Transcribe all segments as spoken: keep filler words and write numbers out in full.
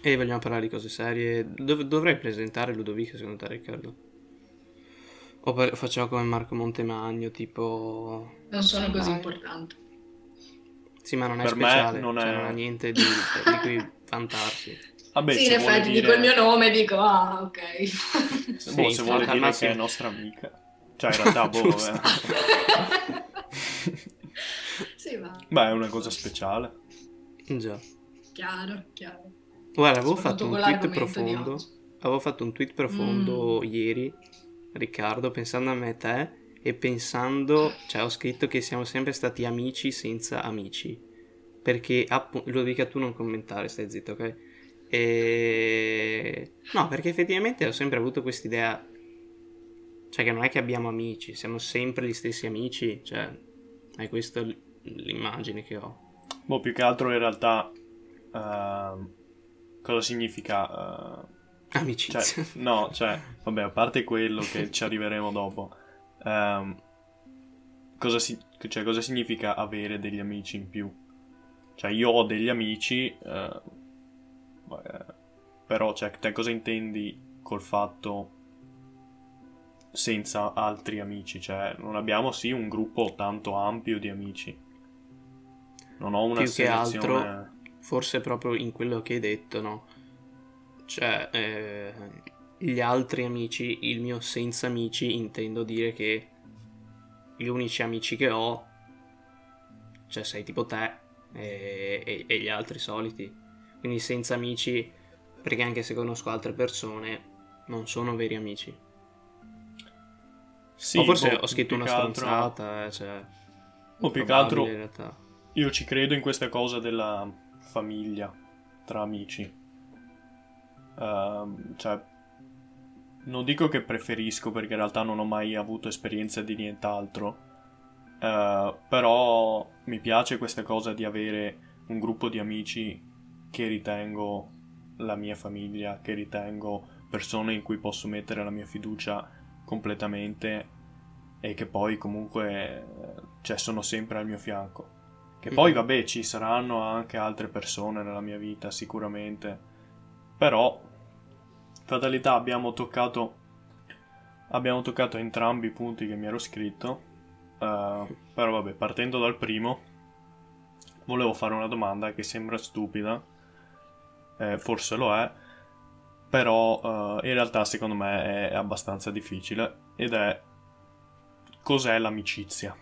E vogliamo parlare di cose serie. Dov- dovrei presentare Ludovica secondo te, Riccardo? O per- facciamo come Marco Montemagno, tipo... Non sono così Vai. importante. Sì, ma non è Per me speciale, non cioè non ha è... niente di, di cui vantarsi. Vabbè, Sì, in se vuole effetti dico il mio dire... nome e dico, ah, ok. se- Sì, Boh, se vuole infatti, al dire che è massimo... nostra amica. Cioè, in realtà, boh, Giusto. vabbè. Sì, va. Beh, è una cosa Forse. speciale. Già. Chiaro, chiaro. Guarda, avevo fatto Soprattutto un con tweet l'argomento di profondo. oggi. Avevo fatto un tweet profondo Mm. ieri, Riccardo, pensando a me e te, e pensando, cioè ho scritto che siamo sempre stati amici senza amici. Perché, appunto, lo dica tu, non commentare, stai zitto, ok? E... No, perché effettivamente ho sempre avuto quest'idea, cioè che non è che abbiamo amici, siamo sempre gli stessi amici, cioè, è questa l- l'immagine che ho. Boh, più che altro in realtà... ehm, cosa significa... eh, cioè, Amicizia. no, cioè, vabbè, a parte quello che ci arriveremo dopo, ehm, cosa, si- cioè, cosa significa avere degli amici in più? Cioè, io ho degli amici, eh, eh, però, cioè, te cosa intendi col fatto senza altri amici? Cioè, non abbiamo, sì, un gruppo tanto ampio di amici. Non ho una Più che altro, selezione... forse proprio in quello che hai detto, no? Cioè, eh, gli altri amici, il mio senza amici, intendo dire che gli unici amici che ho, cioè sei tipo te e, e- e gli altri soliti. Quindi senza amici, perché anche se conosco altre persone, non sono veri amici. O Sì, forse boh, ho scritto più una che altro... stronzata, eh, cioè, boh, più che probabile in altro realtà. io ci credo in questa cosa della famiglia tra amici. Ehm, cioè, non dico che preferisco perché in realtà non ho mai avuto esperienza di nient'altro, eh, però mi piace questa cosa di avere un gruppo di amici che ritengo la mia famiglia, che ritengo persone in cui posso mettere la mia fiducia completamente e che poi comunque eh, cioè, sono sempre al mio fianco. Che poi Mhm. vabbè ci saranno anche altre persone nella mia vita sicuramente, però fatalità abbiamo toccato abbiamo toccato entrambi i punti che mi ero scritto. Eh, però vabbè, partendo dal primo, volevo fare una domanda che sembra stupida, eh, forse lo è, però eh, in realtà secondo me è abbastanza difficile ed è cos'è l'amicizia?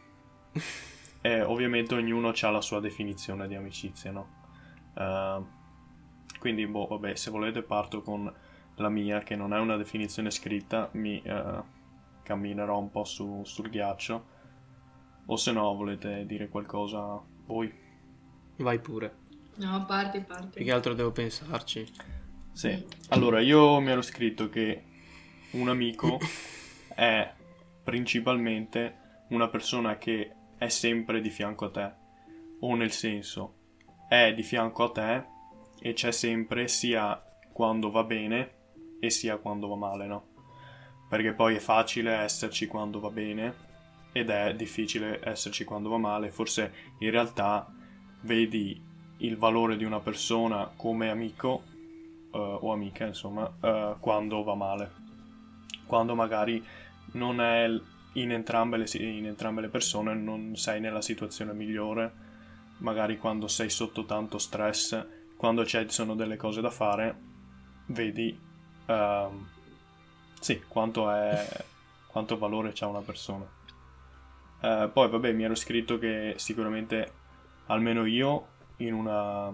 E ovviamente ognuno ha la sua definizione di amicizia, no? Eh, quindi, boh, vabbè, se volete parto con la mia, che non è una definizione scritta, mi eh, camminerò un po' su- sul ghiaccio, o se no volete dire qualcosa voi. Vai pure. No, parti, Più parti. che altro devo pensarci. Sì, Mm. allora io mi ero scritto che un amico è principalmente una persona che è sempre di fianco a te, o nel senso è di fianco a te e c'è sempre sia quando va bene e sia quando va male, no? Perché poi è facile esserci quando va bene ed è difficile esserci quando va male. Forse in realtà vedi il valore di una persona come amico eh, o amica, insomma, eh, quando va male. Quando magari non è in entrambe, le, in entrambe le persone, non sei nella situazione migliore, magari quando sei sotto tanto stress, quando ci sono delle cose da fare, vedi ehm, sì, quanto è quanto valore c'ha una persona. Eh, poi vabbè, mi ero scritto che sicuramente almeno io in una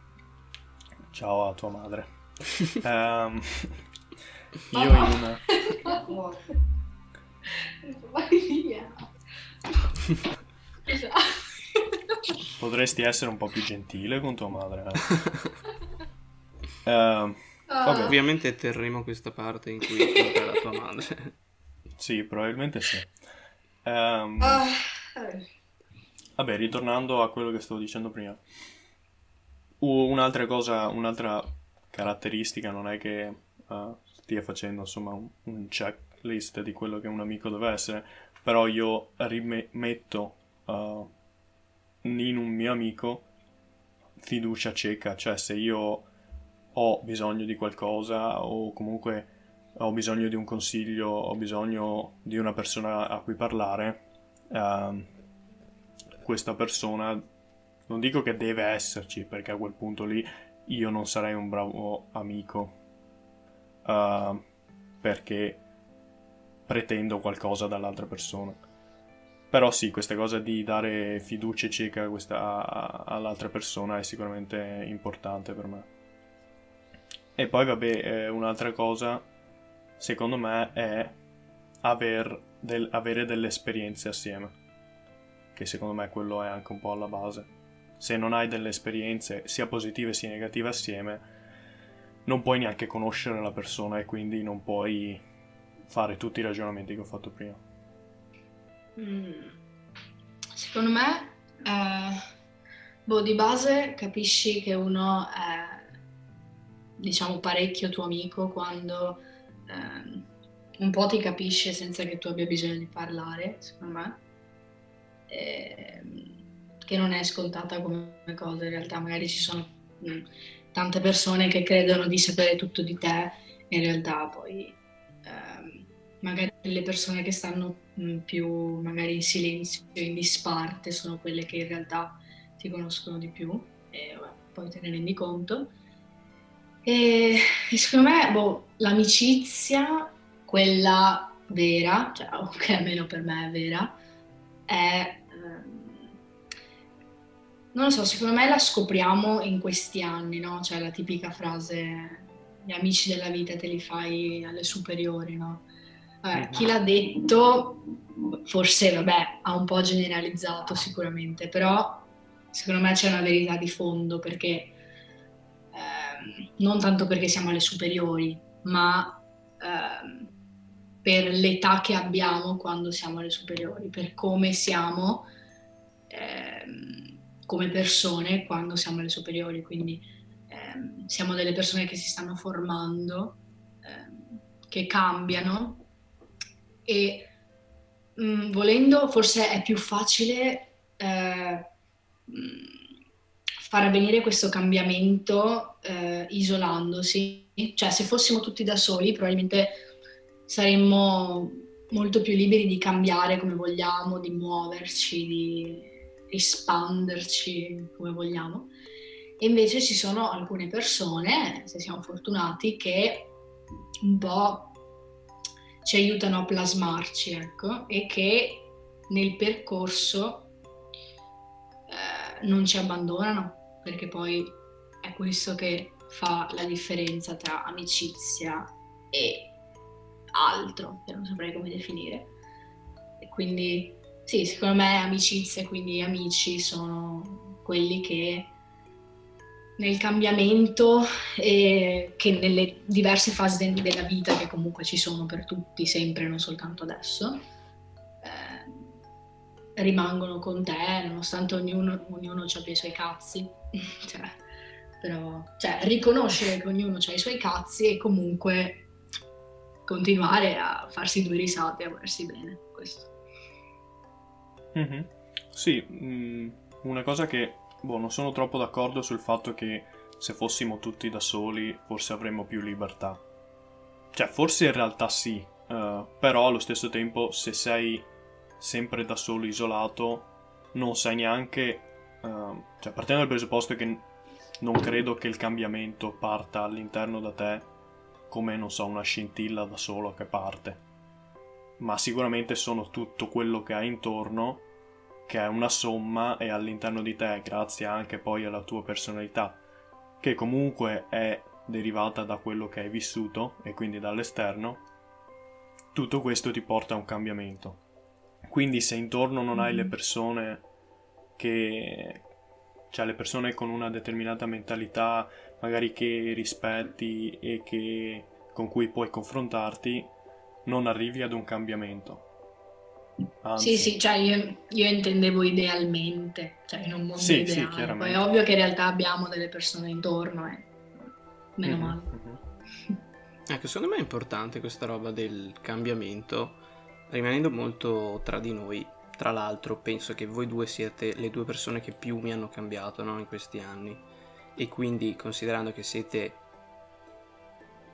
ciao a tua madre. Ehm, io in Papà! una Vai via! Esatto. potresti essere un po' più gentile con tua madre. Eh. Ehm, vabbè, Ah. Ovviamente terremo questa parte in cui parlerà la tua madre. sì, probabilmente sì. Ehm, Ah. Eh. vabbè, ritornando a quello che stavo dicendo prima. U- Un'altra cosa, un'altra caratteristica non è che eh, stia facendo insomma un, un checklist di quello che un amico deve essere, però io rimetto eh, in un mio amico fiducia cieca, cioè se io ho bisogno di qualcosa o comunque ho bisogno di un consiglio, ho bisogno di una persona a cui parlare, uh, questa persona non dico che deve esserci, perché a quel punto lì io non sarei un bravo amico, uh, perché pretendo qualcosa dall'altra persona. Però sì, questa cosa di dare fiducia cieca questa, a, all'altra persona è sicuramente importante per me. E poi vabbè, eh, un'altra cosa, secondo me, è aver del, avere delle esperienze assieme, che secondo me quello è anche un po' alla base. Se non hai delle esperienze sia positive sia negative assieme, non puoi neanche conoscere la persona e quindi non puoi fare tutti i ragionamenti che ho fatto prima. Mm. Secondo me, eh, boh, di base capisci che uno è, diciamo, parecchio tuo amico quando eh, un po' ti capisce senza che tu abbia bisogno di parlare, secondo me. E, che non è scontata come cosa, in realtà magari ci sono mh, tante persone che credono di sapere tutto di te e in realtà poi ehm, magari le persone che stanno mh, più magari in silenzio, in disparte, sono quelle che in realtà ti conoscono di più e vabbè, poi te ne rendi conto. E, e secondo me boh, l'amicizia, quella vera, cioè o che almeno per me è vera, è non lo so, secondo me la scopriamo in questi anni, no? Cioè la tipica frase, gli amici della vita te li fai alle superiori, no? Vabbè, chi l'ha detto, forse, vabbè, ha un po' generalizzato sicuramente, però secondo me c'è una verità di fondo, perché ehm, non tanto perché siamo alle superiori, ma ehm, per l'età che abbiamo quando siamo alle superiori, per come siamo ehm, come persone quando siamo alle superiori, quindi ehm, siamo delle persone che si stanno formando, ehm, che cambiano e mh, volendo forse è più facile eh, mh, far avvenire questo cambiamento eh, isolandosi, cioè se fossimo tutti da soli probabilmente saremmo molto più liberi di cambiare come vogliamo, di muoverci, di espanderci come vogliamo. E invece ci sono alcune persone, se siamo fortunati, che un po' ci aiutano a plasmarci, ecco, e che nel percorso eh, non ci abbandonano, perché poi è questo che fa la differenza tra amicizia e altro, che non saprei come definire. E quindi sì, secondo me amicizie, quindi amici, sono quelli che nel cambiamento e che nelle diverse fasi della vita, che comunque ci sono per tutti, sempre, non soltanto adesso, eh, rimangono con te, nonostante ognuno, ognuno abbia i suoi cazzi. cioè, però, cioè, riconoscere che ognuno ha i suoi cazzi e comunque continuare a farsi due risate e a volersi bene, questo. Mm-hmm. Sì, mh, una cosa che, boh, non sono troppo d'accordo sul fatto che se fossimo tutti da soli forse avremmo più libertà. Cioè, forse in realtà sì, uh, però allo stesso tempo se sei sempre da solo isolato non sai neanche, uh, cioè partendo dal presupposto che non credo che il cambiamento parta all'interno da te come, non so, una scintilla da solo che parte, ma sicuramente sono tutto quello che hai intorno, che è una somma, e all'interno di te, grazie anche poi alla tua personalità, che comunque è derivata da quello che hai vissuto e quindi dall'esterno, tutto questo ti porta a un cambiamento. Quindi se intorno non hai le persone che, cioè le persone con una determinata mentalità, magari che rispetti e che con cui puoi confrontarti, non arrivi ad un cambiamento. Anzi. Sì, sì, cioè io, io intendevo idealmente, cioè in un mondo sì, ideale. Sì, poi chiaramente. è ovvio che in realtà abbiamo delle persone intorno e meno mm-hmm, male. Mm-hmm. Ecco, secondo me è importante questa roba del cambiamento, rimanendo molto tra di noi. Tra l'altro penso che voi due siete le due persone che più mi hanno cambiato, no, in questi anni, e quindi considerando che siete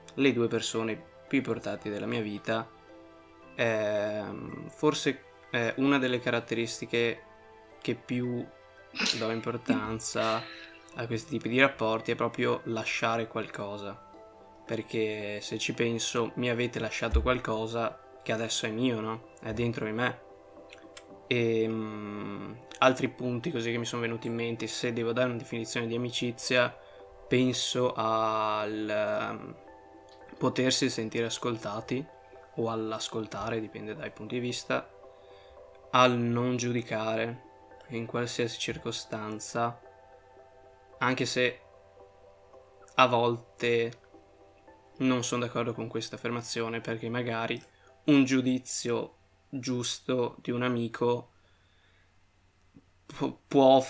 le due persone più importanti della mia vita. Ehm, forse eh, una delle caratteristiche che più do importanza a questi tipi di rapporti è proprio lasciare qualcosa, perché se ci penso mi avete lasciato qualcosa che adesso è mio, no? È dentro di me. E um, altri punti così che mi sono venuti in mente, se devo dare una definizione di amicizia, penso al um, potersi sentire ascoltati o all'ascoltare, dipende dai punti di vista, al non giudicare in qualsiasi circostanza, anche se a volte non sono d'accordo con questa affermazione, perché magari un giudizio giusto di un amico pu- può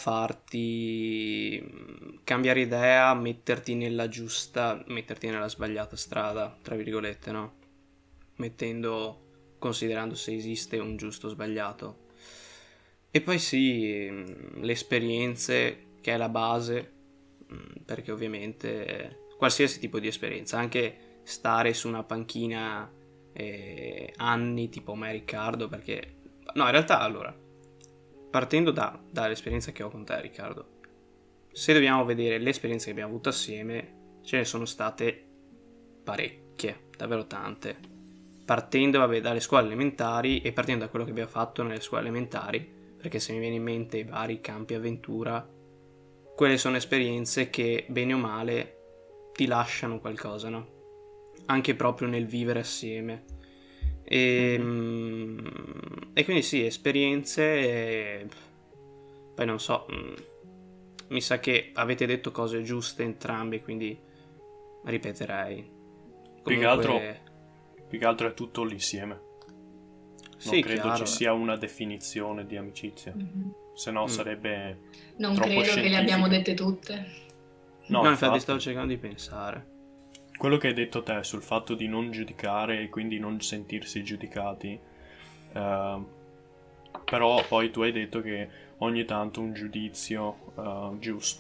farti cambiare idea, metterti nella giusta, metterti nella sbagliata strada, tra virgolette, no? Mettendo, considerando se esiste un giusto o sbagliato. E poi sì, le esperienze, che è la base, perché ovviamente qualsiasi tipo di esperienza, anche stare su una panchina eh, anni tipo me e Riccardo, perché no, in realtà allora, partendo da, dall'esperienza che ho con te, Riccardo, se dobbiamo vedere le esperienze che abbiamo avuto assieme, ce ne sono state parecchie, davvero tante, partendo vabbè, dalle scuole elementari e partendo da quello che abbiamo fatto nelle scuole elementari, perché se mi viene in mente i vari campi avventura, quelle sono esperienze che bene o male ti lasciano qualcosa, no? Anche proprio nel vivere assieme. E, mm-hmm. e quindi sì, esperienze e... poi non so, mi sa che avete detto cose giuste entrambi, quindi ripeterei. Comunque... Più che altro, più che altro è tutto l'insieme. Non sì, credo chiaro, ci sia una definizione di amicizia, mm-hmm. se no mm. sarebbe non troppo credo scientifico. Che le abbiamo dette tutte. No, no infatti, infatti stavo cercando di pensare. Quello che hai detto te sul fatto di non giudicare e quindi non sentirsi giudicati, eh, però poi tu hai detto che ogni tanto un giudizio eh,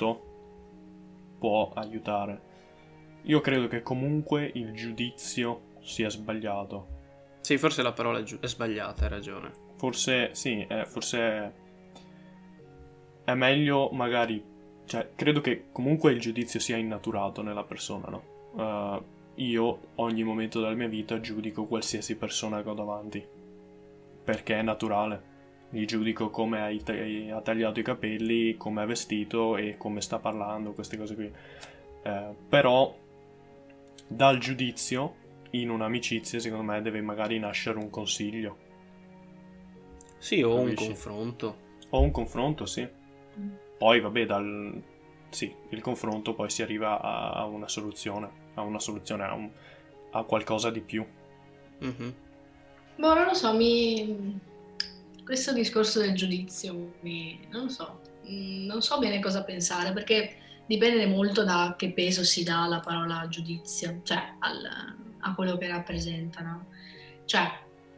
giusto può aiutare. Io credo che comunque il giudizio sia sbagliato. Sì, forse la parola è, giu- è sbagliata, hai ragione. Forse sì, eh, forse è, è meglio magari, cioè credo che comunque il giudizio sia innaturato nella persona, no? Uh, io ogni momento della mia vita giudico qualsiasi persona che ho davanti, perché è naturale. Li giudico come ha, t- ha tagliato i capelli, come è vestito e come sta parlando, queste cose qui. Uh, però dal giudizio in un'amicizia secondo me deve magari nascere un consiglio. Sì, o Capisci? un confronto. O un confronto, sì. Poi vabbè, dal sì, il confronto poi si arriva a, a una soluzione, a una soluzione, a, un, a qualcosa di più. Mm-hmm. Boh, non lo so, mi... questo discorso del giudizio, mi... non lo so, non so bene cosa pensare, perché dipende molto da che peso si dà alla parola giudizio, cioè al, a quello che rappresenta, no? Cioè,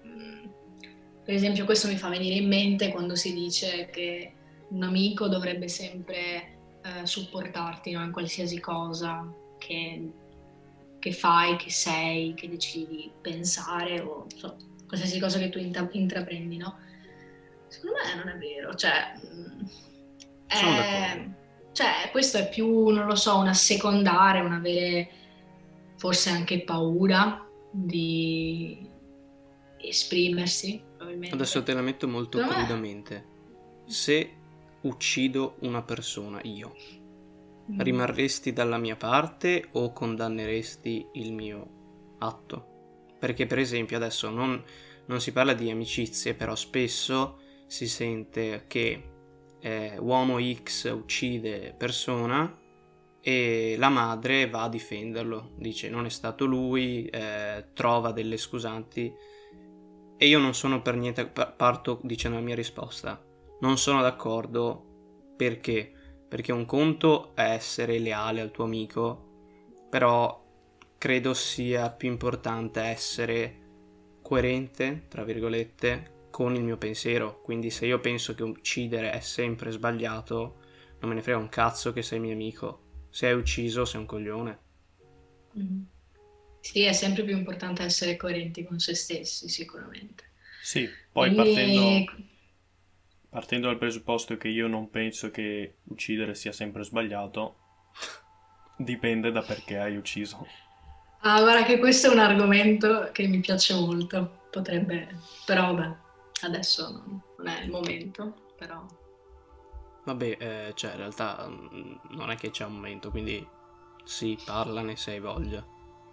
per esempio, questo mi fa venire in mente quando si dice che un amico dovrebbe sempre eh, supportarti, no? In qualsiasi cosa che, che fai, che sei, che decidi di pensare o so, qualsiasi cosa che tu intra- intraprendi, no? Secondo me non è vero, cioè, Sono è, d'accordo. Cioè, questo è più, non lo so, un assecondare, un avere forse anche paura di esprimersi, probabilmente. Adesso te la metto molto Secondo crudamente. Me... Se uccido una persona, io, mm. rimarresti dalla mia parte o condanneresti il mio atto? Perché per esempio adesso non, non si parla di amicizie, però spesso si sente che eh, uomo X uccide persona e la madre va a difenderlo, dice non è stato lui, eh, trova delle scusanti. E io non sono per niente, parto dicendo la mia risposta, non sono d'accordo. Perché? Perché un conto è essere leale al tuo amico, però credo sia più importante essere coerente, tra virgolette, con il mio pensiero. Quindi se io penso che uccidere è sempre sbagliato, non me ne frega un cazzo che sei mio amico. Se hai ucciso sei un coglione. Mm-hmm. Sì, è sempre più importante essere coerenti con se stessi, sicuramente. Sì, poi partendo, Quindi, partendo dal presupposto che io non penso che uccidere sia sempre sbagliato, dipende da perché hai ucciso. ah, guarda che questo è un argomento che mi piace molto, potrebbe, però vabbè, adesso non, non è il momento, però... Vabbè, eh, cioè in realtà mm, non è che c'è un momento, quindi sì, parlane se hai voglia.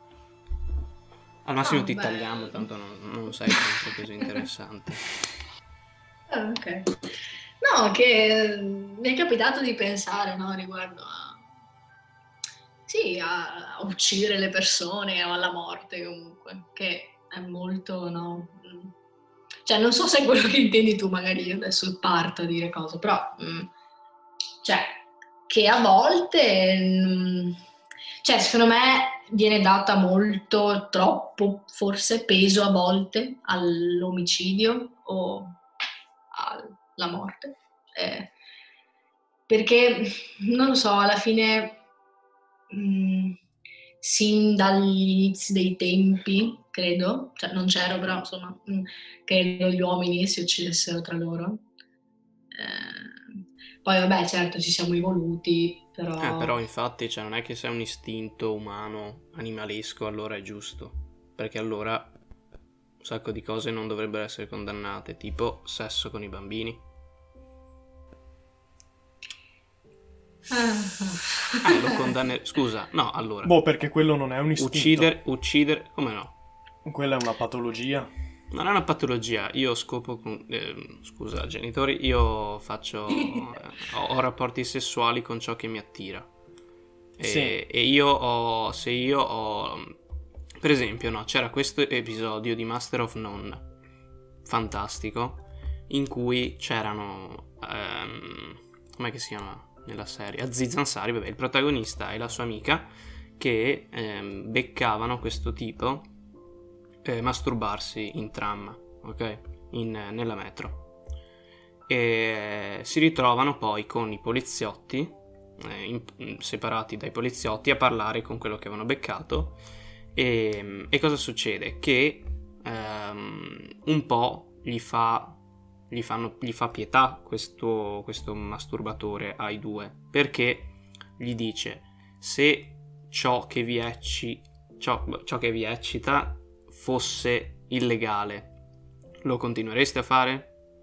Al massimo Ah, ti beh... tagliamo, tanto non, non sei sempre così interessante. Ah, ok. No, che mi è capitato di pensare, no, riguardo a, sì, a, a uccidere le persone o alla morte comunque, che è molto, no? mm, Cioè, non so se è quello che intendi tu, magari io adesso parto a dire cose, però, mm, cioè, che a volte, mm, cioè, secondo me viene data molto, troppo, forse, peso a volte all'omicidio o alla morte. Eh, perché, non lo so, alla fine, mh, sin dagli inizi dei tempi, credo, cioè non c'ero, però insomma, mh, credo gli uomini si uccidessero tra loro. Eh, poi vabbè, certo, ci siamo evoluti, Eh, però... però infatti, cioè, non è che se è un istinto umano, animalesco, allora è giusto. Perché allora un sacco di cose non dovrebbero essere condannate, tipo sesso con i bambini. Eh, lo condanne... Scusa, no, allora. Boh, perché quello non è un istinto. Uccidere, uccidere... Come no? Quella è una patologia. Non è una patologia, io scopo con... eh, scusa, genitori, io faccio... eh, ho, ho rapporti sessuali con ciò che mi attira. E, Sì. e io ho... Se io ho... Per esempio, no, c'era questo episodio di Master of None, fantastico, in cui c'erano... Ehm, com'è che si chiama nella serie? Aziz Ansari, vabbè, il protagonista e la sua amica, che ehm, beccavano questo tipo eh, masturbarsi in tram, ok? In, nella metro. E si ritrovano poi con i poliziotti, eh, in- separati dai poliziotti, a parlare con quello che avevano beccato. E, e cosa succede? Che ehm, un po' gli fa, gli fanno, gli fa pietà questo, questo masturbatore ai due, perché gli dice: se ciò che vi ecci, ciò, ciò che vi eccita fosse illegale, lo continuereste a fare?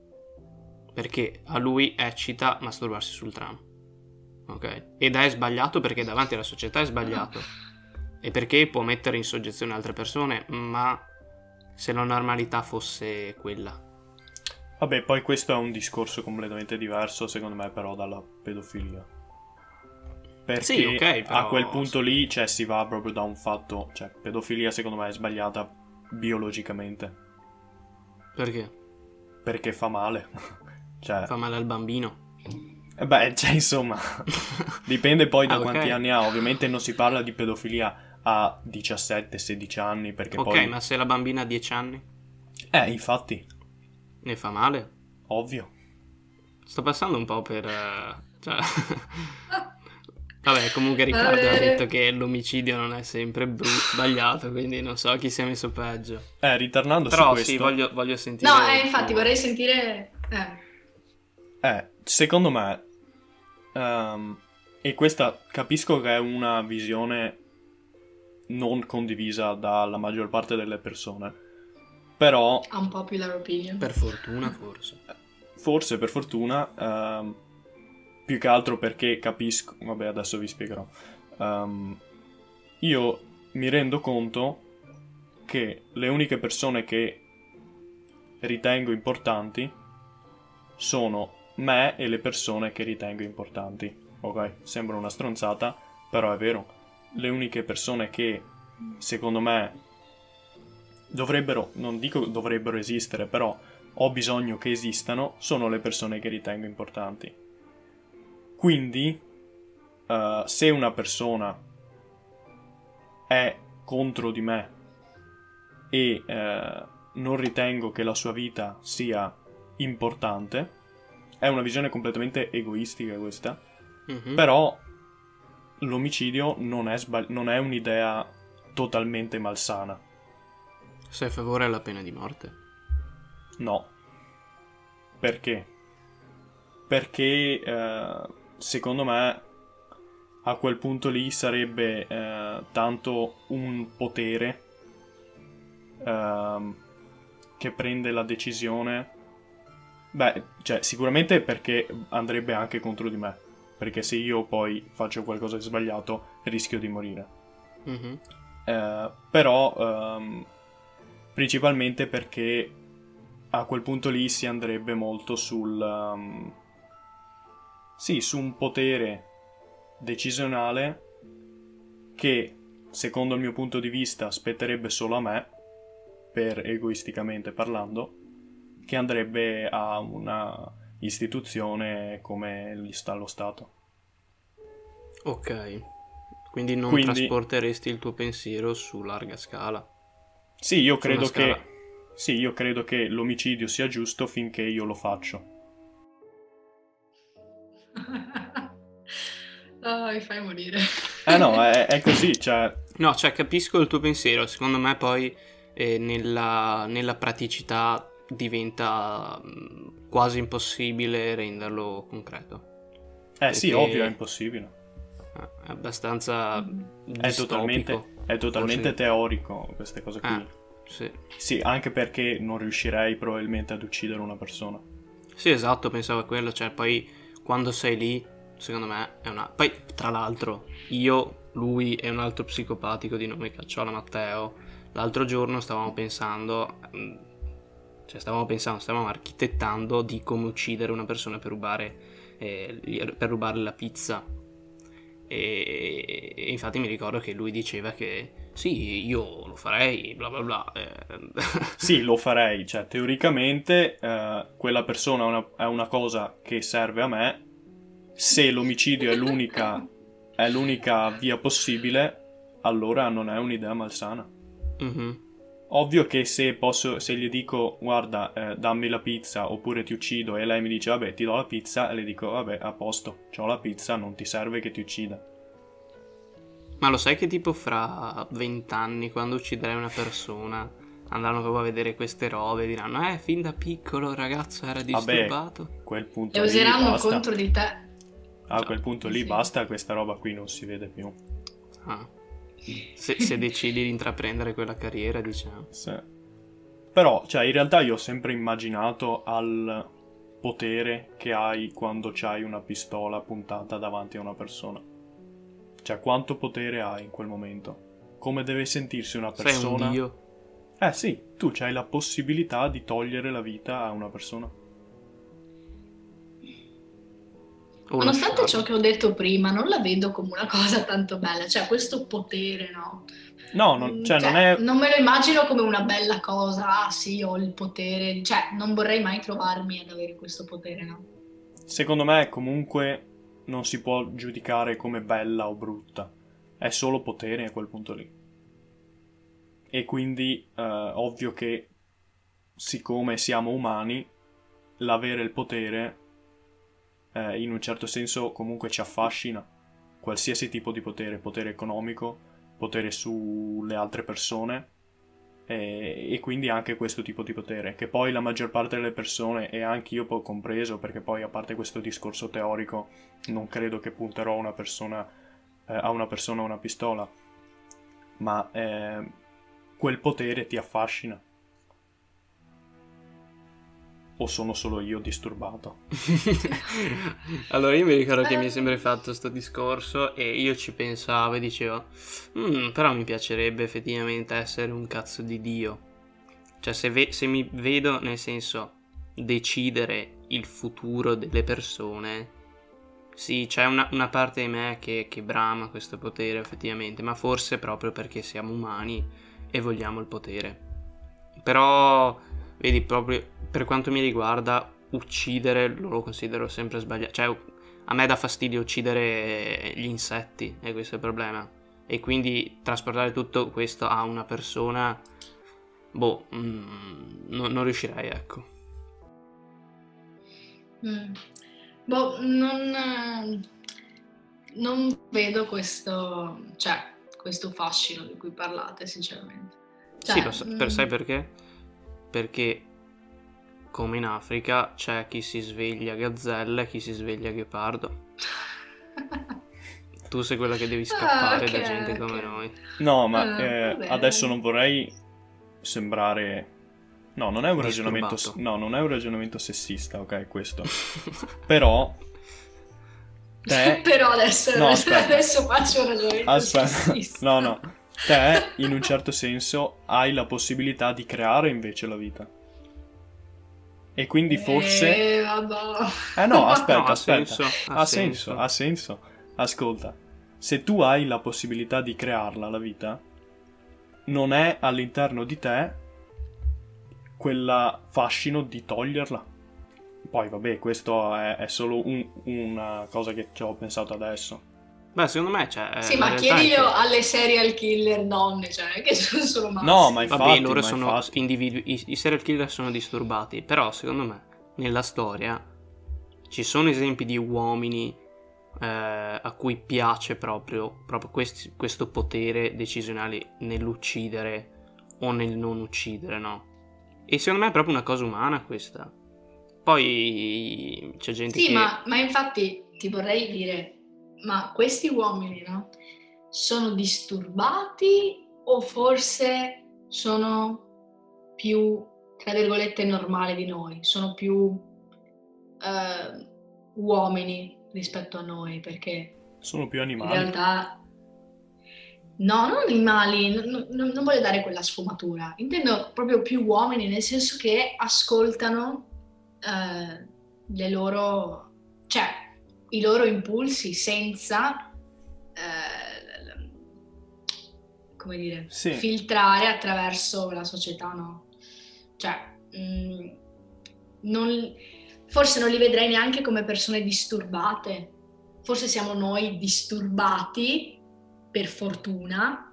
Perché a lui eccita masturbarsi sul tram, ok? Ed è sbagliato perché davanti alla società è sbagliato, e perché può mettere in soggezione altre persone, ma se la normalità fosse quella. Vabbè, poi questo è un discorso completamente diverso, secondo me, però, dalla pedofilia. Perché Sì, ok, però... a quel punto lì, cioè, si va proprio da un fatto... Cioè, pedofilia, secondo me, è sbagliata biologicamente. Perché? Perché fa male. Cioè... Fa male al bambino. Eh beh, cioè, insomma... dipende poi da Ah, ok. quanti anni ha. Ovviamente non si parla di pedofilia a diciassette sedici anni, perché Ok, poi... ma se la bambina ha dieci anni? Eh, infatti, Ne fa male? ovvio. Sto passando un po' per... eh, cioè... Vabbè, comunque Va Riccardo ha bene. detto che l'omicidio non è sempre brutto, sbagliato, quindi non so chi si è messo peggio. Eh, ritornando su Però questo... sì, voglio, voglio sentire... No, eh, il infatti tuo- vorrei sentire... Eh. Eh, secondo me, ehm, e questa capisco che è una visione non condivisa dalla maggior parte delle persone, però Unpopular opinion. Per fortuna, forse. forse per fortuna, ehm, più che altro perché capisco, vabbè adesso vi spiegherò, Ehm, io mi rendo conto che le uniche persone che ritengo importanti sono me e le persone che ritengo importanti. Ok, sembra una stronzata, però è vero. Le uniche persone che, secondo me, dovrebbero, non dico dovrebbero esistere, però ho bisogno che esistano, sono le persone che ritengo importanti. Quindi, eh, se una persona è contro di me e eh, non ritengo che la sua vita sia importante, è una visione completamente egoistica questa, Mhm. però l'omicidio non è, sbagli- non è un'idea totalmente malsana. Sei a favore della pena di morte? No. Perché? Perché eh, secondo me a quel punto lì sarebbe eh, tanto un potere eh, che prende la decisione. Beh, cioè sicuramente perché andrebbe anche contro di me, perché se io poi faccio qualcosa di sbagliato rischio di morire. Mm-hmm. Eh, però ehm, principalmente perché a quel punto lì si andrebbe molto sul um, sì, su un potere decisionale che secondo il mio punto di vista spetterebbe solo a me, per egoisticamente parlando, che andrebbe a una istituzione come lo Stato. Ok, quindi non Quindi, trasporteresti il tuo pensiero su larga scala. sì, io Su credo una scala. che sì, io credo che l'omicidio sia giusto finché io lo faccio. Oh, mi fai morire. Eh no, è, è così, cioè... No, cioè capisco il tuo pensiero, secondo me poi eh, nella, nella praticità diventa mh, quasi impossibile renderlo concreto. Eh sì, Perché ovvio, è impossibile. è abbastanza È totalmente, distopico. è totalmente Forse- teorico queste cose qui. Ah, sì. Sì, anche perché non riuscirei probabilmente ad uccidere una persona. Sì, esatto, pensavo a quello, cioè poi quando sei lì, secondo me è una... Poi, tra l'altro, io, lui e un altro psicopatico di nome Cacciola Matteo, l'altro giorno stavamo pensando, mm, cioè stavamo pensando, stavamo architettando di come uccidere una persona per rubare, eh, gli- per rubarle la pizza. E, e infatti mi ricordo che lui diceva che sì, io lo farei, bla bla bla. eh. Sì, lo farei, cioè teoricamente eh, quella persona è una, è una cosa che serve a me. Se l'omicidio è l'unica, è l'unica via possibile, allora non è un'idea malsana. Mhm. Ovvio che se posso, se gli dico guarda, eh, dammi la pizza oppure ti uccido e lei mi dice vabbè ti do la pizza, e le dico vabbè a posto, c'ho la pizza, non ti serve che ti uccida. Ma lo sai che tipo fra vent'anni, quando ucciderai una persona, andranno proprio a vedere queste robe e diranno eh, fin da piccolo il ragazzo era disturbato. Vabbè, quel punto E lì useranno basta. contro di te. A quel punto lì Sì. basta, questa roba qui non si vede più. Ah. Se, se decidi di intraprendere quella carriera, diciamo. Sì. Però, cioè, in realtà io ho sempre immaginato al potere che hai quando c'hai una pistola puntata davanti a una persona. Cioè, quanto potere hai in quel momento? Come deve sentirsi una Sei persona? un dio. Eh sì, tu c'hai la possibilità di togliere la vita a una persona. O Nonostante lasciarlo. ciò che ho detto prima, non la vedo come una cosa tanto bella, cioè questo potere, no? No, non, Mm, cioè, non Cioè, è... non me lo immagino come una bella cosa, ah sì, ho il potere, cioè non vorrei mai trovarmi ad avere questo potere, no? Secondo me comunque non si può giudicare come bella o brutta. È solo potere a quel punto lì. E quindi eh, ovvio che siccome siamo umani, l'avere il potere eh, in un certo senso comunque ci affascina. Qualsiasi tipo di potere, potere economico, potere sulle altre persone e, e quindi anche questo tipo di potere, che poi la maggior parte delle persone, e anche io ho compreso, perché poi a parte questo discorso teorico non credo che punterò a una persona eh, a una persona una pistola, ma eh, quel potere ti affascina. O sono solo io disturbato? Allora io mi ricordo che mi è sempre fatto sto discorso e io ci pensavo e dicevo "Mm, però mi piacerebbe effettivamente essere un cazzo di dio, cioè se, ve- se mi vedo nel senso decidere il futuro delle persone, sì, c'è una, una parte di me che, che brama questo potere effettivamente, ma forse proprio perché siamo umani e vogliamo il potere. Però vedi, proprio per quanto mi riguarda, uccidere lo considero sempre sbagliato. Cioè, a me dà fastidio uccidere gli insetti, e questo è il problema. E quindi trasportare tutto questo a una persona, boh, mm, no- non riuscirei, ecco. Mm. Boh, non, non vedo questo, cioè, questo fascino di cui parlate, sinceramente. Cioè, sì, lo sa- per, sai perché? Perché come in Africa c'è chi si sveglia gazzella e chi si sveglia ghepardo. Tu sei quella che devi scappare ah, okay, da gente okay. come noi. No, ma uh, eh, adesso non vorrei sembrare... No, non è un ragionamento... No, non è un ragionamento sessista, ok, questo. Però... Te... Però adesso, no, adesso faccio un ragionamento aspetta. sessista. No, no. Te, in un certo senso, hai la possibilità di creare invece la vita. E quindi forse... Eh, vabbè. Eh no, aspetta, no, ha aspetta. Senso, ha, ha senso, senso, ha senso. Ascolta, se tu hai la possibilità di crearla la vita, non è all'interno di te quella fascino di toglierla. Poi vabbè, questo è, è solo un, una cosa che ci ho pensato adesso. Beh, secondo me c'è... Sì, ma chiedilo che... alle serial killer donne, cioè, che sono solo maschi. No, ma infatti... Vabbè, loro ma sono infatti. individui... I, I serial killer sono disturbati, però secondo me, nella storia, ci sono esempi di uomini eh, a cui piace proprio, proprio questi, questo potere decisionale nell'uccidere o nel non uccidere, no? E secondo me è proprio una cosa umana questa. Poi c'è gente sì, che... Sì, ma, ma infatti ti vorrei dire... Ma questi uomini, no? Sono disturbati o forse sono più, tra virgolette, normali di noi? Sono più eh, uomini rispetto a noi? Perché sono più animali. In realtà, no, non animali, non, non, non voglio dare quella sfumatura. Intendo proprio più uomini, nel senso che ascoltano eh, le loro... cioè, i loro impulsi senza eh, come dire sì. filtrare attraverso la società, no? Cioè mh, non, forse non li vedrei neanche come persone disturbate, forse siamo noi disturbati per fortuna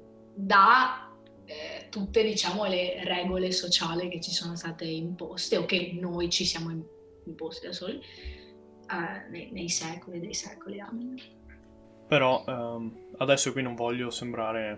da eh, tutte, diciamo, le regole sociali che ci sono state imposte o che noi ci siamo imposti da soli Uh, nei, nei secoli dei secoli anni. Però um, adesso qui non voglio sembrare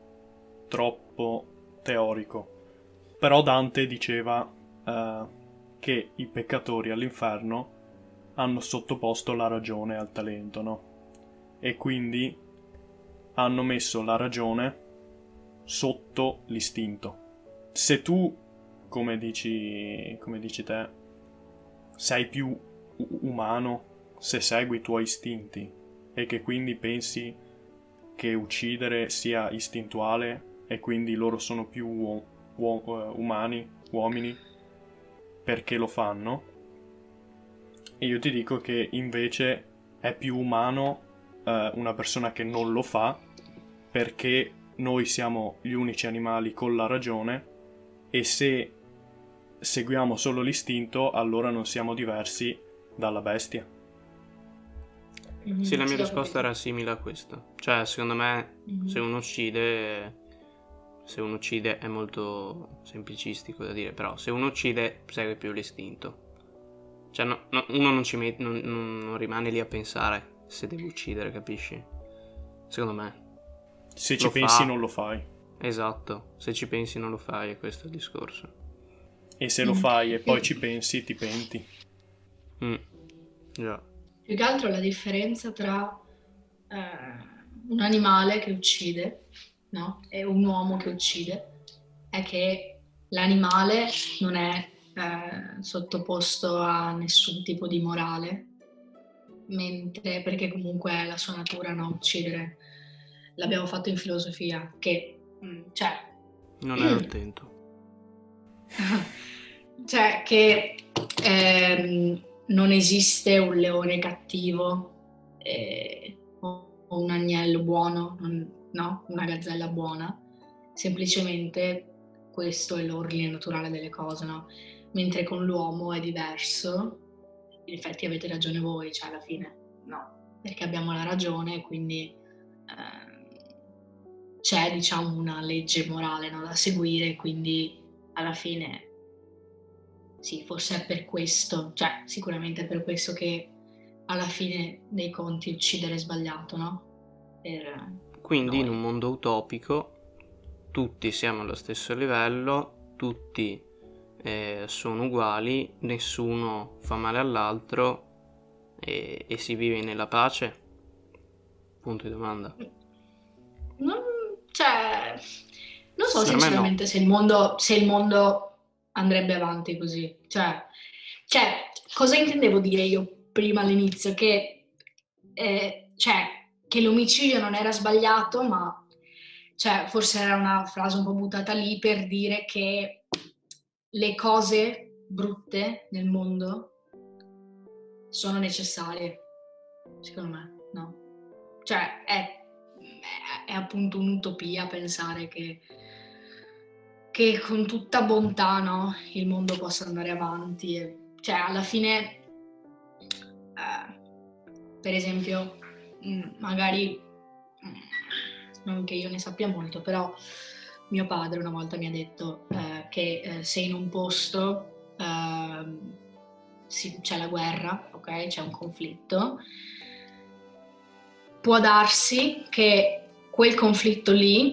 troppo teorico, però Dante diceva uh, che i peccatori all'inferno hanno sottoposto la ragione al talento, no? E quindi hanno messo la ragione sotto l'istinto. Se tu, come dici, come dici te, sei più umano se segui i tuoi istinti e che quindi pensi che uccidere sia istintuale e quindi loro sono più uo- uo- umani, uomini, perché lo fanno, e io ti dico che invece è più umano eh, una persona che non lo fa, perché noi siamo gli unici animali con la ragione e se seguiamo solo l'istinto allora non siamo diversi dalla bestia. Mm-hmm. Sì, la mia sì, risposta era simile a questa. Cioè, secondo me, mm-hmm. se uno uccide, se uno uccide è molto semplicistico da dire, però se uno uccide segue più l'istinto. Cioè, no, no, uno non ci met- non, non, non rimane lì a pensare se deve uccidere, capisci? Secondo me. Se ci pensi fa. Non lo fai. Esatto, se ci pensi non lo fai, è questo il discorso. E se lo fai e poi ci pensi, ti penti. Mm. Yeah. Più che altro la differenza tra eh, un animale che uccide, no? E un uomo che uccide è che l'animale non è eh, sottoposto a nessun tipo di morale, mentre perché comunque è la sua natura, no? Uccidere. L'abbiamo fatto in filosofia, che mh, cioè non ero attento. Cioè che ehm, non esiste un leone cattivo eh, o un agnello buono, non, no? Una gazzella buona, semplicemente questo è l'ordine naturale delle cose, no? Mentre con l'uomo è diverso, in effetti avete ragione voi, cioè alla fine no, perché abbiamo la ragione e quindi eh, c'è, diciamo, una legge morale, no, da seguire, quindi alla fine sì, forse è per questo, cioè sicuramente è per questo che alla fine dei conti uccidere è sbagliato, no? Per... Quindi noi. in un mondo utopico tutti siamo allo stesso livello, tutti eh, sono uguali, nessuno fa male all'altro e, e si vive nella pace? Punto di domanda. Non, cioè, non so Per me no. sinceramente se il mondo, se il mondo andrebbe avanti così. Cioè, cioè, cosa intendevo dire io prima all'inizio? Che, eh, cioè, che l'omicidio non era sbagliato, ma cioè, forse era una frase un po' buttata lì per dire che le cose brutte nel mondo sono necessarie, secondo me, no? Cioè, è, è, è appunto un'utopia pensare che, che con tutta bontà, no, il mondo possa andare avanti. E, cioè, alla fine, eh, per esempio, mh, magari, mh, non che io ne sappia molto, però mio padre una volta mi ha detto eh, che eh, se in un posto eh, si, c'è la guerra, ok? C'è un conflitto, può darsi che quel conflitto lì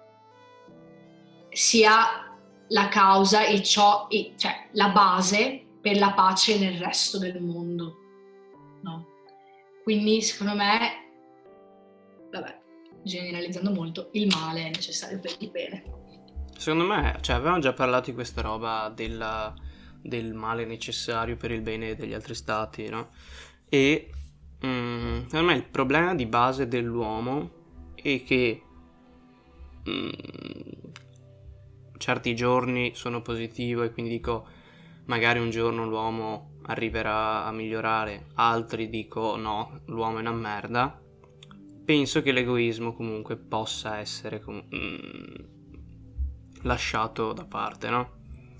sia la causa e ciò, e, cioè la base per la pace nel resto del mondo, no? Quindi secondo me, vabbè, generalizzando molto, il male è necessario per il bene. Secondo me, cioè, avevamo già parlato di questa roba della, del male necessario per il bene degli altri stati, no? E mm, secondo me il problema di base dell'uomo è che mm, certi giorni sono positivo e quindi dico magari un giorno l'uomo arriverà a migliorare, altri dico no, l'uomo è una merda. Penso che l'egoismo comunque possa essere com- mm, lasciato da parte, no?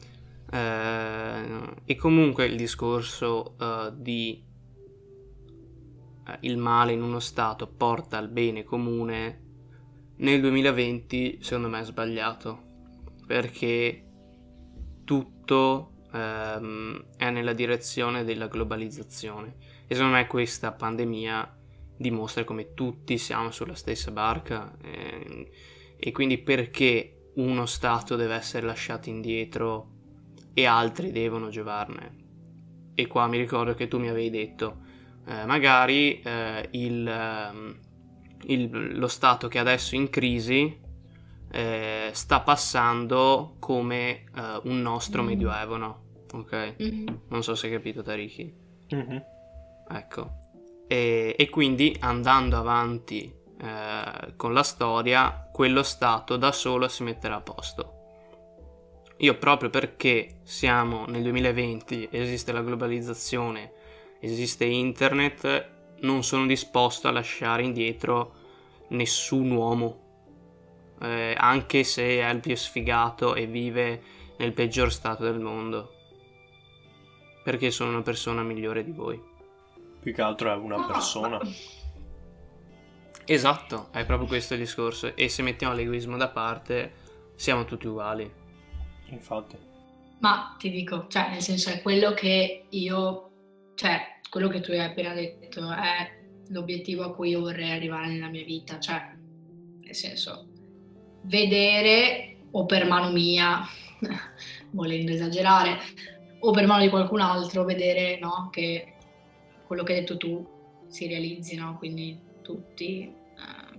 Eh, e comunque il discorso eh, di eh, il male in uno stato porta al bene comune nel duemilaventi secondo me è sbagliato, perché tutto ehm, è nella direzione della globalizzazione e secondo me questa pandemia dimostra come tutti siamo sulla stessa barca eh, e quindi perché uno stato deve essere lasciato indietro e altri devono giovarne. E qua mi ricordo che tu mi avevi detto eh, magari eh, il, ehm, il, lo stato che adesso è in crisi eh, sta passando come eh, un nostro Mm. medioevo, no? Ok? Mm-hmm. Non so se hai capito, Tariki. Mm-hmm. Ecco. E, e quindi andando avanti eh, con la storia, quello stato da solo si metterà a posto. Io proprio perché siamo nel duemilaventi, esiste la globalizzazione, esiste internet, non sono disposto a lasciare indietro nessun uomo, eh, anche se è il più sfigato e vive nel peggior stato del mondo, perché sono una persona migliore di voi. Più che altro è una persona. Esatto, è proprio questo il discorso. E se mettiamo l'egoismo da parte, siamo tutti uguali. Infatti. Ma ti dico, cioè, nel senso è quello che io, cioè, quello che tu hai appena detto è l'obiettivo a cui io vorrei arrivare nella mia vita, cioè, nel senso, vedere o per mano mia, volendo esagerare, o per mano di qualcun altro, vedere, no, che quello che hai detto tu si realizzi, no? Quindi tutti, eh,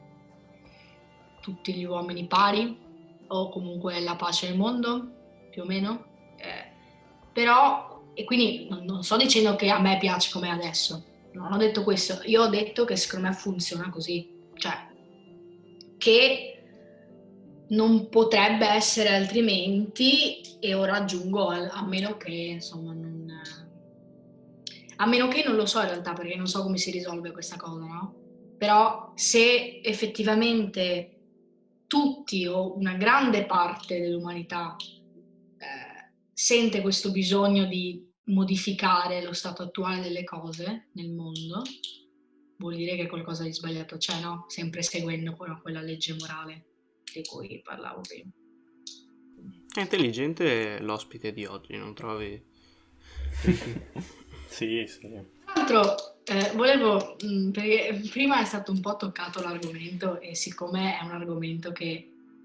tutti gli uomini pari, o comunque la pace nel mondo, più o meno. Eh, però, e quindi non, non sto dicendo che a me piace come è adesso, non ho detto questo, io ho detto che secondo me funziona così, cioè che non potrebbe essere altrimenti, e ora aggiungo a, a meno che insomma non a meno che non lo so in realtà, perché non so come si risolve questa cosa, no? Però se effettivamente tutti o una grande parte dell'umanità eh, sente questo bisogno di modificare lo stato attuale delle cose nel mondo, vuol dire che qualcosa di sbagliato c'è, no? Sempre seguendo quella legge morale di cui parlavo prima. È intelligente l'ospite di oggi, non trovi? Sì, sì. Tra l'altro, Eh, volevo, mh, perché prima è stato un po' toccato l'argomento e siccome è un argomento che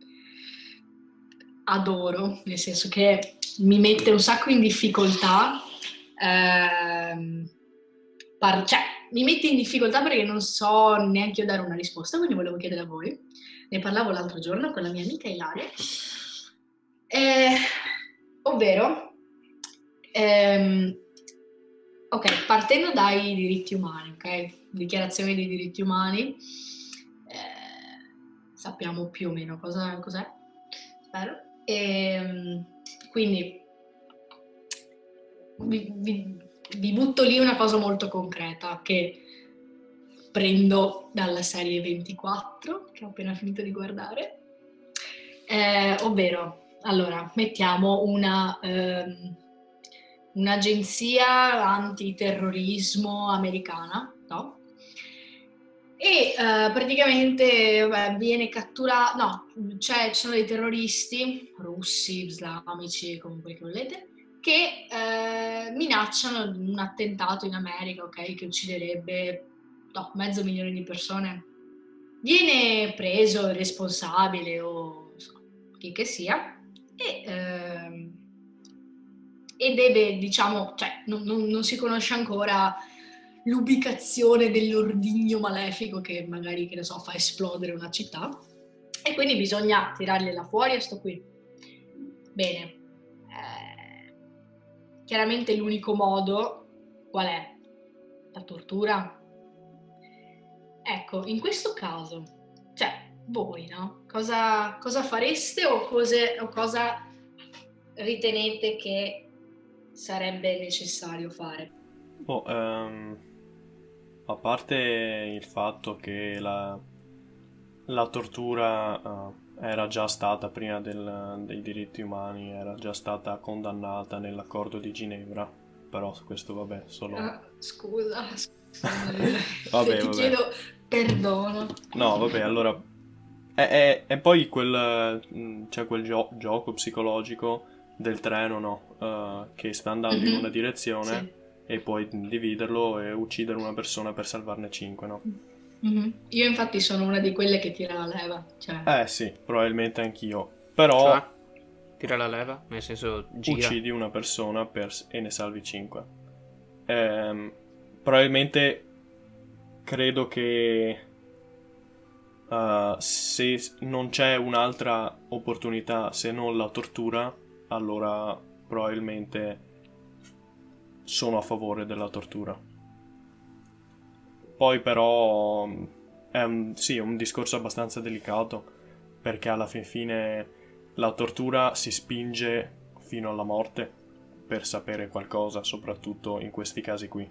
adoro, nel senso che mi mette un sacco in difficoltà, ehm, par- cioè mi mette in difficoltà perché non so neanche io dare una risposta, quindi volevo chiedere a voi. Ne parlavo l'altro giorno con la mia amica Ilaria, eh, ovvero, ehm, ok, partendo dai diritti umani, ok? Dichiarazione dei diritti umani, eh, sappiamo più o meno cosa, cos'è, spero. E, quindi vi, vi, vi butto lì una cosa molto concreta che prendo dalla serie ventiquattro, che ho appena finito di guardare, eh, ovvero, allora, mettiamo una... ehm, un'agenzia antiterrorismo americana, no? E uh, praticamente beh, viene catturato, no, cioè ci sono dei terroristi russi, islamici, comunque che volete, che uh, minacciano un attentato in America, ok, che ucciderebbe no, mezzo milione di persone. Viene preso il responsabile o insomma, chi che sia e... Uh, e deve, diciamo, cioè non, non, non si conosce ancora l'ubicazione dell'ordigno malefico che magari, che ne so, fa esplodere una città e quindi bisogna tirargliela fuori a sto qui. Bene, eh, chiaramente l'unico modo qual è? La tortura? Ecco, in questo caso, cioè, voi, no? Cosa, cosa fareste o, cose, o cosa ritenete che sarebbe necessario fare? Oh, ehm, a parte il fatto che la, la tortura eh, era già stata prima del- dei diritti umani, era già stata condannata nell'accordo di Ginevra, però su questo vabbè, solo... Ah, scusa, scusa Vabbè, ti vabbè. chiedo perdono. No, vabbè, allora... E, e- e poi quel, mh, c'è quel gio- gioco psicologico del treno, no? Eh, che sta andando in una Mhm. direzione Sì. e puoi dividerlo e uccidere una persona per salvarne cinque, no? Mhm. Io infatti sono una di quelle che tira la leva, cioè. Eh sì, probabilmente anch'io. Però Cioè, tira la leva, nel senso gira. uccidi una persona per- e ne salvi cinque. Ehm, probabilmente credo che uh, se non c'è un'altra opportunità se non la tortura, allora probabilmente sono a favore della tortura. Poi però è un, sì, è un discorso abbastanza delicato perché alla fin fine la tortura si spinge fino alla morte per sapere qualcosa, soprattutto in questi casi qui.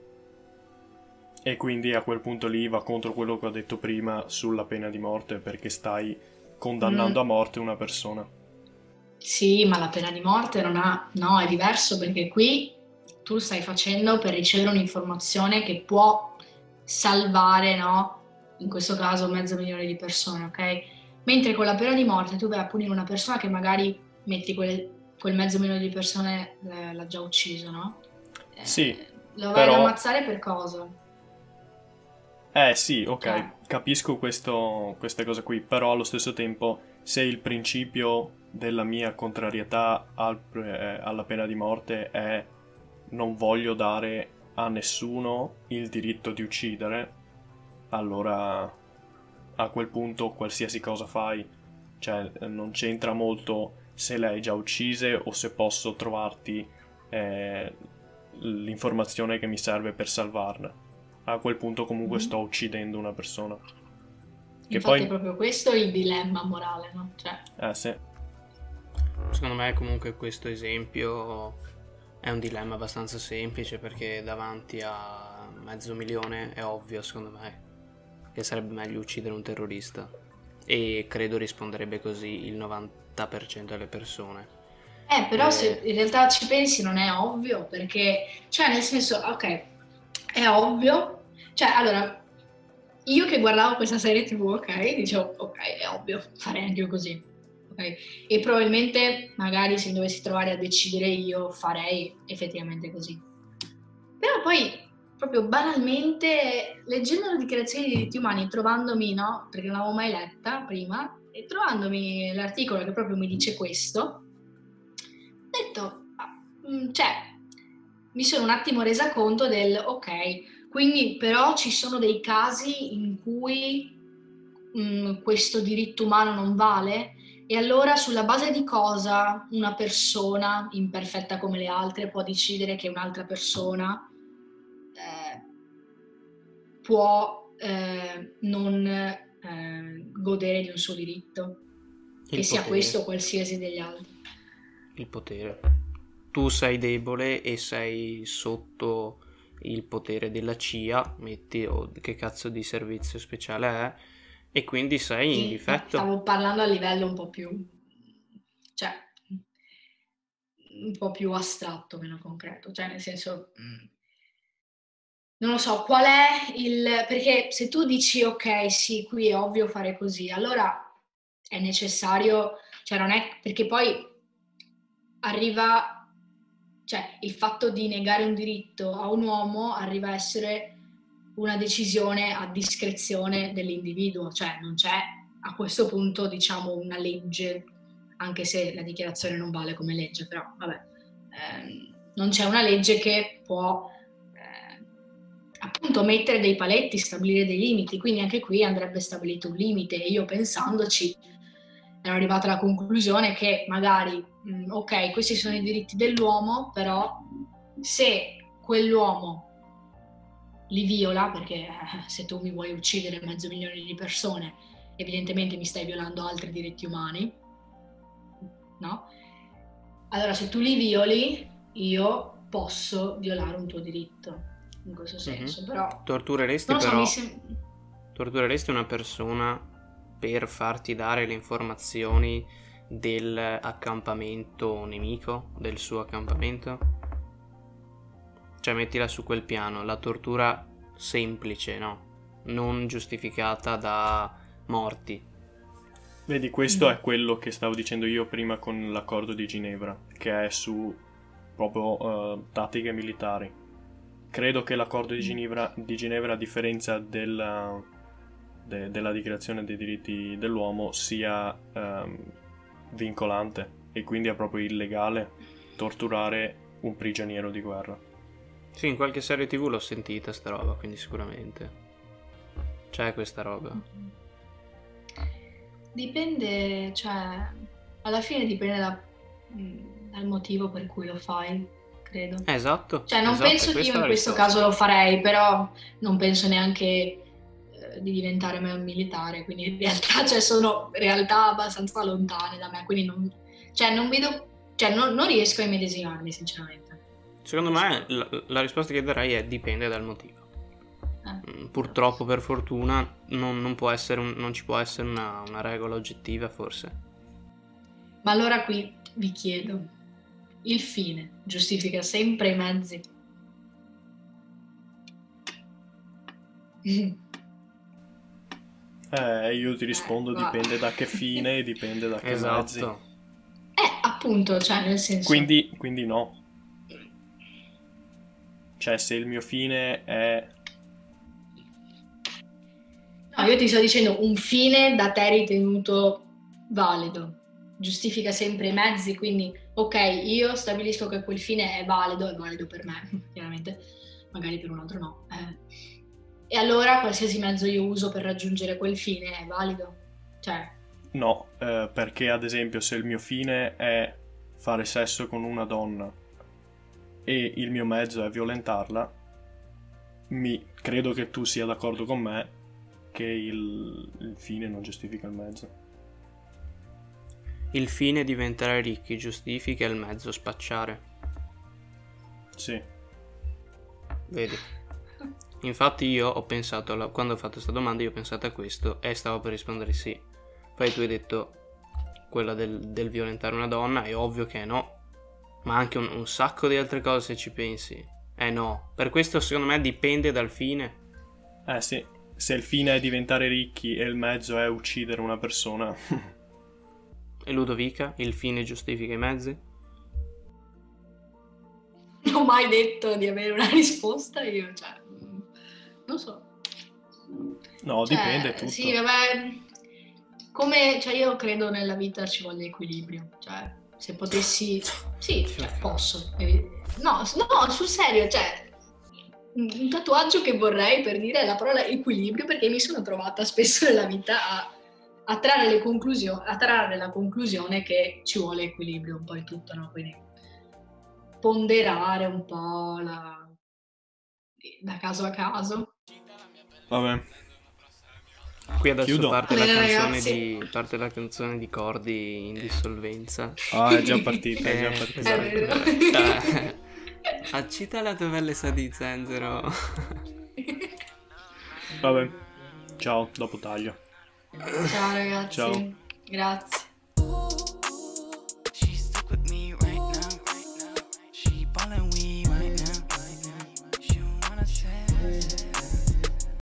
E quindi a quel punto lì va contro quello che ho detto prima sulla pena di morte perché stai condannando Mm. a morte una persona. Sì, ma la pena di morte non ha... No, è diverso perché qui tu stai facendo per ricevere un'informazione che può salvare, no? In questo caso mezzo milione di persone, ok? Mentre con la pena di morte tu vai a punire una persona che magari metti quel, quel mezzo milione di persone eh, l'ha già ucciso, no? Eh, Sì, lo vai ad però... ammazzare per cosa? Eh sì, ok, Cioè, capisco questo, queste cose qui, però allo stesso tempo se il principio della mia contrarietà al- eh, alla pena di morte è non voglio dare a nessuno il diritto di uccidere, allora a quel punto qualsiasi cosa fai, cioè non c'entra molto se le hai già uccise o se posso trovarti eh, l'informazione che mi serve per salvarne. A quel punto comunque mhm. sto uccidendo una persona. Che Infatti poi... è proprio questo il dilemma morale, no? Cioè, Eh sì. Secondo me comunque questo esempio è un dilemma abbastanza semplice perché davanti a mezzo milione è ovvio secondo me che sarebbe meglio uccidere un terrorista e credo risponderebbe così il novanta per cento delle persone. Eh, però Eh, se in realtà ci pensi non è ovvio perché, cioè nel senso, ok, è ovvio, cioè allora, io che guardavo questa serie tivù, ok, dicevo, ok, è ovvio, farei anche io così, ok, e probabilmente magari se mi dovessi trovare a decidere io farei effettivamente così. Però poi proprio banalmente, leggendo la dichiarazione dei diritti umani e trovandomi, no, perché non l'avevo mai letta prima, e trovandomi l'articolo che proprio mi dice questo, ho detto, cioè, mi sono un attimo resa conto del, ok, quindi però ci sono dei casi in cui mh, questo diritto umano non vale? E allora sulla base di cosa una persona imperfetta come le altre può decidere che un'altra persona eh, può eh, non eh, godere di un suo diritto, Il che sia potere. questo o qualsiasi degli altri? Il potere. Tu sei debole e sei sotto il potere della C I A, metti, o che cazzo di servizio speciale è, e quindi sei in Sì, difetto. stavo parlando a livello un po' più, cioè, un po' più astratto, meno concreto, cioè nel senso, non lo so, qual è il... perché se tu dici ok, sì, qui è ovvio fare così, allora è necessario, cioè non è, perché poi arriva, cioè il fatto di negare un diritto a un uomo arriva a essere una decisione a discrezione dell'individuo, cioè non c'è a questo punto, diciamo, una legge, anche se la dichiarazione non vale come legge, però vabbè, ehm, non c'è una legge che può eh, appunto mettere dei paletti, stabilire dei limiti, quindi anche qui andrebbe stabilito un limite. E io pensandoci ero arrivata alla conclusione che magari, mh, ok, questi sono i diritti dell'uomo, però se quell'uomo li viola, perché eh, se tu mi vuoi uccidere mezzo milione di persone, evidentemente mi stai violando altri diritti umani, no? Allora se tu li violi, io posso violare un tuo diritto, in questo senso, Mhm. però... Tortureresti Non lo so, però mi sem- tortureresti una persona per farti dare le informazioni dell'accampamento nemico, del suo accampamento? Cioè mettila su quel piano, la tortura semplice, no? Non giustificata da morti. Vedi, questo è quello che stavo dicendo io prima con l'accordo di Ginevra, che è su proprio eh, tattiche militari. Credo che l'accordo di Ginevra, di Ginevra a differenza della, de- della dichiarazione dei diritti dell'uomo, sia ehm, vincolante e quindi è proprio illegale torturare un prigioniero di guerra. Sì, in qualche serie tv l'ho sentita sta roba, quindi sicuramente c'è questa roba. Dipende, cioè, alla fine dipende da, mh, dal motivo per cui lo fai, credo. Esatto. Cioè, non esatto, penso che questa io è in la questo risposta. caso lo farei, però non penso neanche eh, di diventare un militare, quindi in realtà cioè, sono realtà abbastanza lontane da me, quindi non, cioè, non vedo, cioè, non, non riesco a immedesimarmi, sinceramente. Secondo me la, la risposta che darei è dipende dal motivo. Eh. Purtroppo, per fortuna, non, non può essere un- non ci può essere una, una regola oggettiva, forse. Ma allora qui vi chiedo, il fine giustifica sempre i mezzi? Eh, io ti rispondo, Eh, va. dipende da che fine e dipende da che mezzi. Esatto. Eh, appunto, cioè nel senso... Quindi, quindi no. Cioè, se il mio fine è... No, io ti sto dicendo un fine da te ritenuto valido. Giustifica sempre i mezzi, quindi ok, io stabilisco che quel fine è valido, è valido per me, chiaramente, magari per un altro no. Eh. E allora qualsiasi mezzo io uso per raggiungere quel fine è valido. Cioè... No, eh, perché ad esempio se il mio fine è fare sesso con una donna e il mio mezzo è violentarla, mi credo che tu sia d'accordo con me che il, il fine non giustifica il mezzo. Il fine diventare ricchi giustifica il mezzo spacciare. Sì. Vedi? Infatti io ho pensato, alla- quando ho fatto questa domanda io ho pensato a questo e stavo per rispondere sì. Poi tu hai detto quella del, del violentare una donna, è ovvio che è no. Ma anche un, un sacco di altre cose se ci pensi. Eh no. Per questo secondo me dipende dal fine. Eh sì, se il fine è diventare ricchi e il mezzo è uccidere una persona... E Ludovica, il fine giustifica i mezzi? Non ho mai detto di avere una risposta io, cioè... non so. No, Cioè, dipende tutto. Sì, vabbè, come, cioè io credo nella vita ci voglia equilibrio, cioè se potessi, sì, cioè, posso. No, no, sul serio, cioè un tatuaggio che vorrei, per dire, è la parola equilibrio, perché mi sono trovata spesso nella vita a, a, trarre, le conclusio- a trarre la conclusione che ci vuole equilibrio un po' in tutto, no? Quindi ponderare un po' la, da caso a caso. Vabbè. Qui adesso Chiudo. parte la, Bene, canzone ragazzi. di, parte la canzone di Cordi in dissolvenza. Ah, è già partita, è già Eh, partita. È vero. esatto. Eh, accita la tovelle sa di zenzero. Vabbè. Ciao, dopo taglio. Ciao ragazzi, Ciao. grazie.